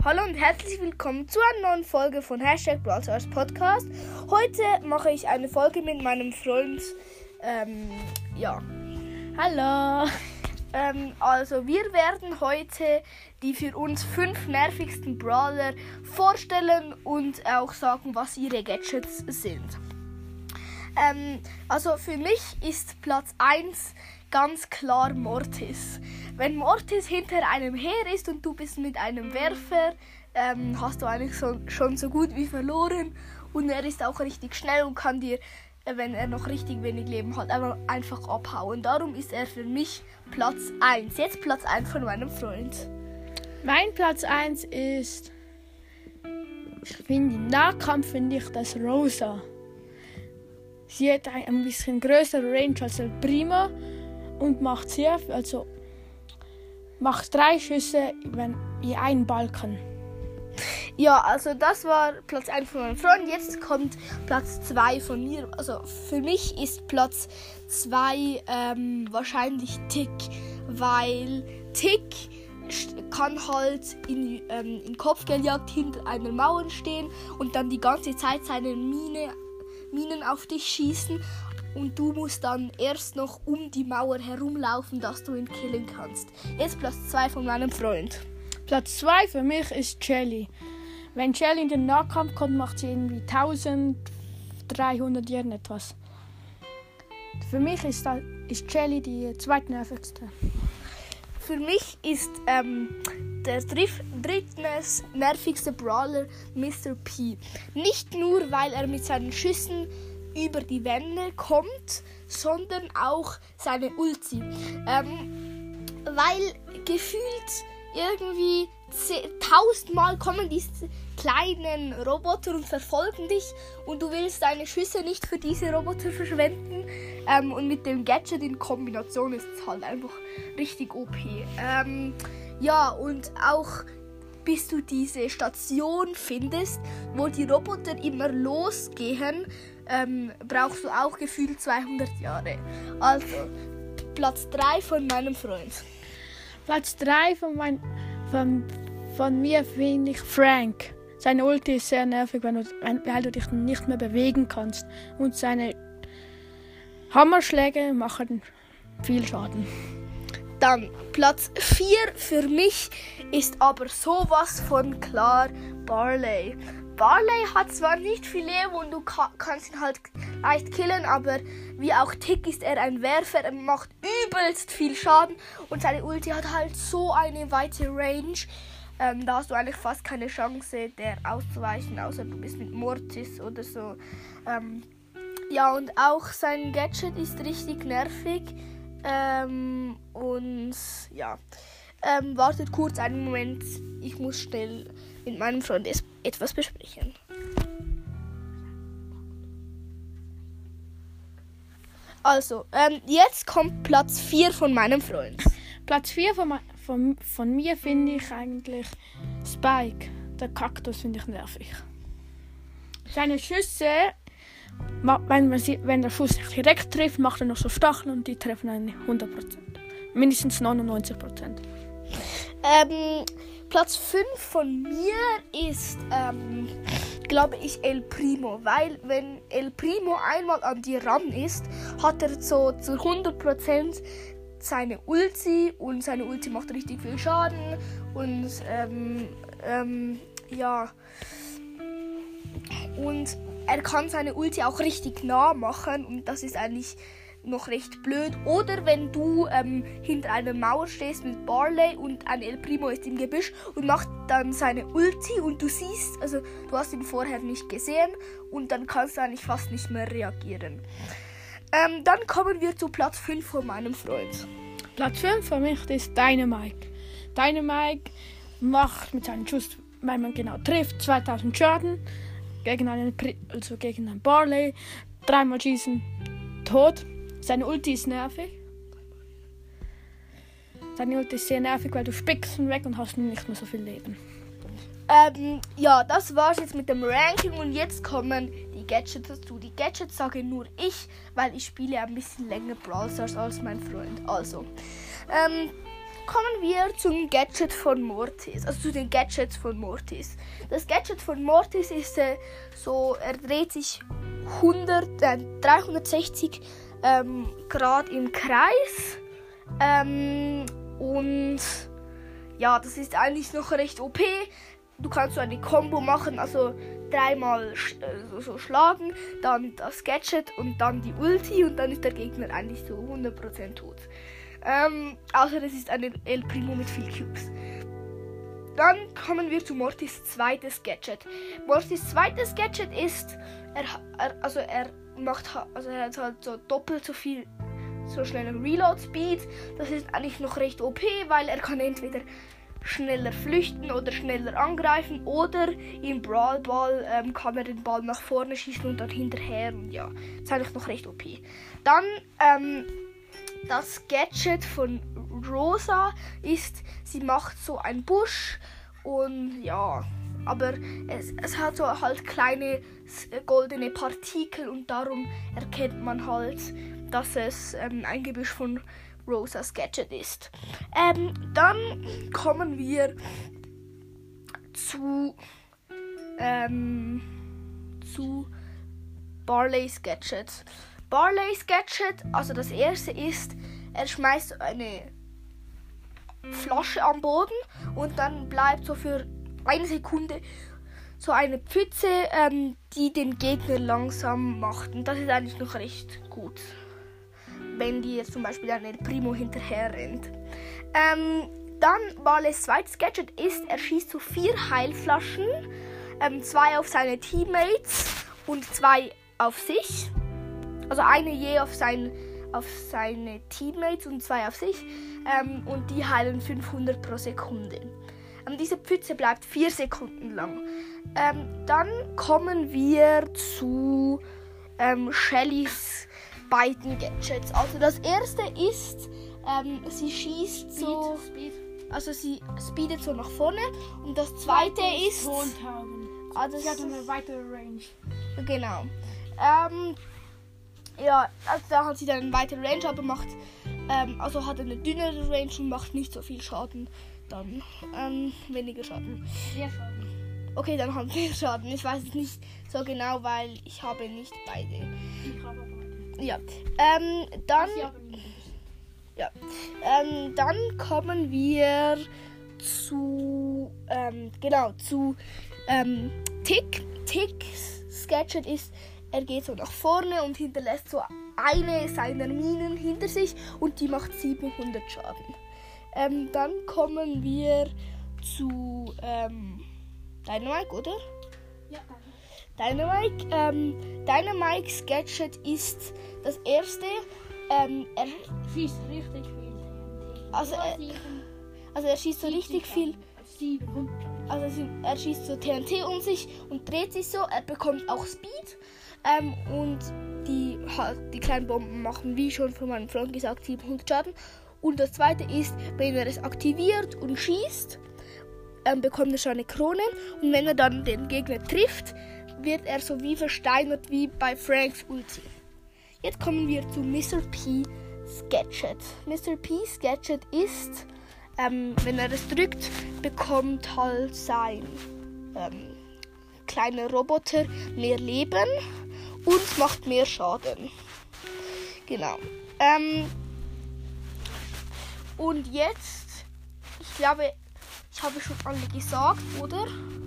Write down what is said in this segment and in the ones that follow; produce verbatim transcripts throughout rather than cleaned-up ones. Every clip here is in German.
Hallo und herzlich willkommen zu einer neuen Folge von Hashtag Brawl Stars Podcast. Heute mache ich eine Folge mit meinem Freund. Ähm, ja. Hallo. Ähm, also wir werden heute die für uns fünf nervigsten Brawler vorstellen und auch sagen, was ihre Gadgets sind. Ähm, also für mich ist Platz eins ganz klar Mortis. Wenn Mortis hinter einem her ist und du bist mit einem Werfer, ähm, hast du eigentlich so, schon so gut wie verloren. Und er ist auch richtig schnell und kann dir, äh, wenn er noch richtig wenig Leben hat, einfach, einfach abhauen. Darum ist er für mich Platz eins. Jetzt Platz eins von meinem Freund. Mein Platz eins ist, ich finde, im Nahkampf finde ich das Rosa. Sie hat ein bisschen größere Range als El Primo und macht sehr, also macht drei Schüsse wenn, in einen Balken. Ja, also das war Platz eins von meinem Freund. Jetzt kommt Platz zwei von mir. Also für mich ist Platz zwei ähm, wahrscheinlich Tick, weil Tick kann halt in, ähm, in Kopfgeldjagd hinter einer Mauer stehen und dann die ganze Zeit seine Mine, Minen auf dich schießen. Und du musst dann erst noch um die Mauer herumlaufen, dass du ihn killen kannst. Jetzt Platz zwei von meinem Freund. Platz zwei für mich ist Shelly. Wenn Shelly in den Nahkampf kommt, macht sie irgendwie dreizehnhundert irgendetwas. Für mich ist, da, ist Shelly die zweitnervigste. Für mich ist ähm, der drittnervigste Brawler Mister P. Nicht nur, weil er mit seinen Schüssen über die Wände kommt, sondern auch seine Ulti. Ähm, weil gefühlt irgendwie tausendmal kommen diese kleinen Roboter und verfolgen dich und du willst deine Schüsse nicht für diese Roboter verschwenden. Ähm, und mit dem Gadget in Kombination ist es halt einfach richtig O P. Ähm, ja, und auch bis du diese Station findest, wo die Roboter immer losgehen, ähm, brauchst du auch gefühlt zweihundert Jahre. Also, Platz drei von meinem Freund. Platz drei von, mein, von, von mir finde ich Frank. Seine Ulti ist sehr nervig, wenn du, weil du dich nicht mehr bewegen kannst. Und seine Hammerschläge machen viel Schaden. Dann Platz vier für mich ist aber sowas von klar Barley. Barley hat zwar nicht viel Leben und du ka- kannst ihn halt leicht killen, aber wie auch Tick ist er ein Werfer, er macht übelst viel Schaden und seine Ulti hat halt so eine weite Range. Ähm, da hast du eigentlich fast keine Chance, der auszuweichen, außer du bist mit Mortis oder so. Ähm, ja, und auch sein Gadget ist richtig nervig. Ähm, und ja, ähm, wartet kurz einen Moment, ich muss schnell mit meinem Freund etwas besprechen. Also, ähm, jetzt kommt Platz vier von meinem Freund. Platz vier von, von, von mir finde ich eigentlich Spike. Der Kaktus finde ich nervig. Seine Schüsse, wenn, man sie, wenn der Schuss nicht direkt trifft, macht er noch so Stacheln und die treffen einen hundert Prozent. Mindestens neunundneunzig Prozent. Ähm, Platz fünf von mir ist, ähm, glaube ich, El Primo. Weil, wenn El Primo einmal an dir ran ist, hat er so zu hundert Prozent seine Ulti. Und seine Ulti macht richtig viel Schaden. Und, ähm, ähm, ja. Und er kann seine Ulti auch richtig nah machen. Und das ist eigentlich noch recht blöd. Oder wenn du ähm, hinter einer Mauer stehst mit Barley und ein El Primo ist im Gebüsch und macht dann seine Ulti und du siehst, also du hast ihn vorher nicht gesehen und dann kannst du eigentlich fast nicht mehr reagieren. Ähm, dann kommen wir zu Platz fünf von meinem Freund. Platz fünf für mich ist Dynamite. Dynamite macht mit seinem Schuss, wenn man genau trifft, zweitausend Schaden gegen einen, also gegen einen Barley, dreimal schießen, tot. Seine Ulti ist nervig. Seine Ulti ist sehr nervig, weil du spickst ihn weg und hast nicht mehr so viel Leben. Ähm, ja, das war's jetzt mit dem Ranking und jetzt kommen die Gadgets dazu. Die Gadgets sage nur ich, weil ich spiele ein bisschen länger Brawl Stars als mein Freund. Also, ähm, kommen wir zum Gadget von Mortis, also zu den Gadgets von Mortis. Das Gadget von Mortis ist äh, so, er dreht sich hundert, äh, dreihundertsechzig ähm, Grad im Kreis ähm, und ja, das ist eigentlich noch recht O P. Du kannst so eine Combo machen, also dreimal sch- äh, so schlagen, dann das Gadget und dann die Ulti und dann ist der Gegner eigentlich so hundert Prozent tot. Ähm, außer es ist ein El Primo mit viel Cubes. Dann kommen wir zu Mortis zweites Gadget. Mortis zweites Gadget ist, er, er, also er macht, also er hat halt so doppelt so viel, so schnellen Reload Speed. Das ist eigentlich noch recht O P, weil er kann entweder schneller flüchten oder schneller angreifen oder im Brawl Ball ähm, kann er den Ball nach vorne schießen und dann hinterher und ja, das ist eigentlich noch recht O P. Dann ähm, das Gadget von Rosa ist, sie macht so einen Busch und ja, aber es, es hat so halt kleine goldene Partikel und darum erkennt man halt, dass es ähm, ein Gebüsch von Rosas Gadget ist. Ähm, dann kommen wir zu, ähm, zu Barleys Gadget. Barleys Gadget, also das erste ist, er schmeißt eine Flasche am Boden und dann bleibt so für eine Sekunde so eine Pfütze, ähm, die den Gegner langsam macht. Und das ist eigentlich noch recht gut, wenn die jetzt zum Beispiel an El Primo hinterher rennt. Ähm, dann Barleys zweites Gadget ist, er schießt so vier Heilflaschen, ähm, zwei auf seine Teammates und zwei auf sich. Also eine je auf, sein, auf seine Teammates und zwei auf sich. Ähm, und die heilen fünfhundert pro Sekunde. Ähm, diese Pfütze bleibt vier Sekunden lang. Ähm, dann kommen wir zu ähm, Shellys beiden Gadgets. Also das erste ist, ähm, sie schießt so, Speed. also sie speedet so nach vorne. Und das zweite ist, also sie hat eine weitere Range. Genau. Ähm, ja, also da hat sie dann eine weitere Range, aber macht, ähm, also hat eine dünnere Range und macht nicht so viel Schaden. Dann ähm, weniger Schaden. Sehr Schaden. Okay, dann haben wir Schaden. Ich weiß es nicht so genau, weil ich habe nicht beide. Ich habe beide. Ja. Ähm, dann, Sie haben nicht. ja. Ähm, dann kommen wir zu, ähm, genau, zu ähm, Tick. Ticks Gadget ist, er geht so nach vorne und hinterlässt so eine seiner Minen hinter sich und die macht siebenhundert Schaden. Ähm, dann kommen wir zu ähm, Dynamite, oder? Ja, danke. Dynamite. Ähm, Dynamites Gadget ist das erste. Ähm, er, Schießt richtig viel. also, er, also er schießt so richtig viel. siebenhundert. Also sie- er schießt so T N T um sich und dreht sich so. Er bekommt auch Speed. Ähm, und die, halt, die kleinen Bomben machen, wie schon von meinem Freund gesagt, siebenhundert Schaden. Und das zweite ist, wenn er es aktiviert und schießt, ähm, bekommt er schon eine Krone. Und wenn er dann den Gegner trifft, wird er so wie versteinert wie bei Franks Ulti. Jetzt kommen wir zu Mister P's Gadget. Mister P's Gadget ist, ähm, wenn er es drückt, bekommt halt sein ähm, kleiner Roboter mehr Leben und macht mehr Schaden. Genau. Ähm, und jetzt, ich glaube, ich habe schon alle gesagt, oder?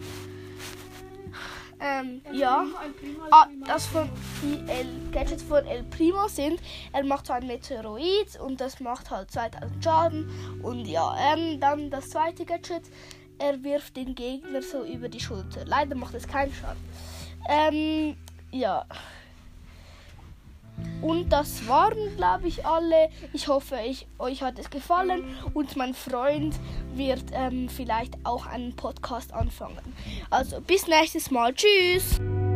Ähm, ja. Ah, das von die El Gadgets von El Primo sind, er macht so ein Meteoroid und das macht halt zweitausend Schaden. Und ja, ähm, dann das zweite Gadget, er wirft den Gegner so über die Schulter. Leider macht es keinen Schaden. Ähm, ja. Und das waren, glaube ich, alle. Ich hoffe, ich, euch hat es gefallen und mein Freund wird ähm, vielleicht auch einen Podcast anfangen. Also bis nächstes Mal. Tschüss!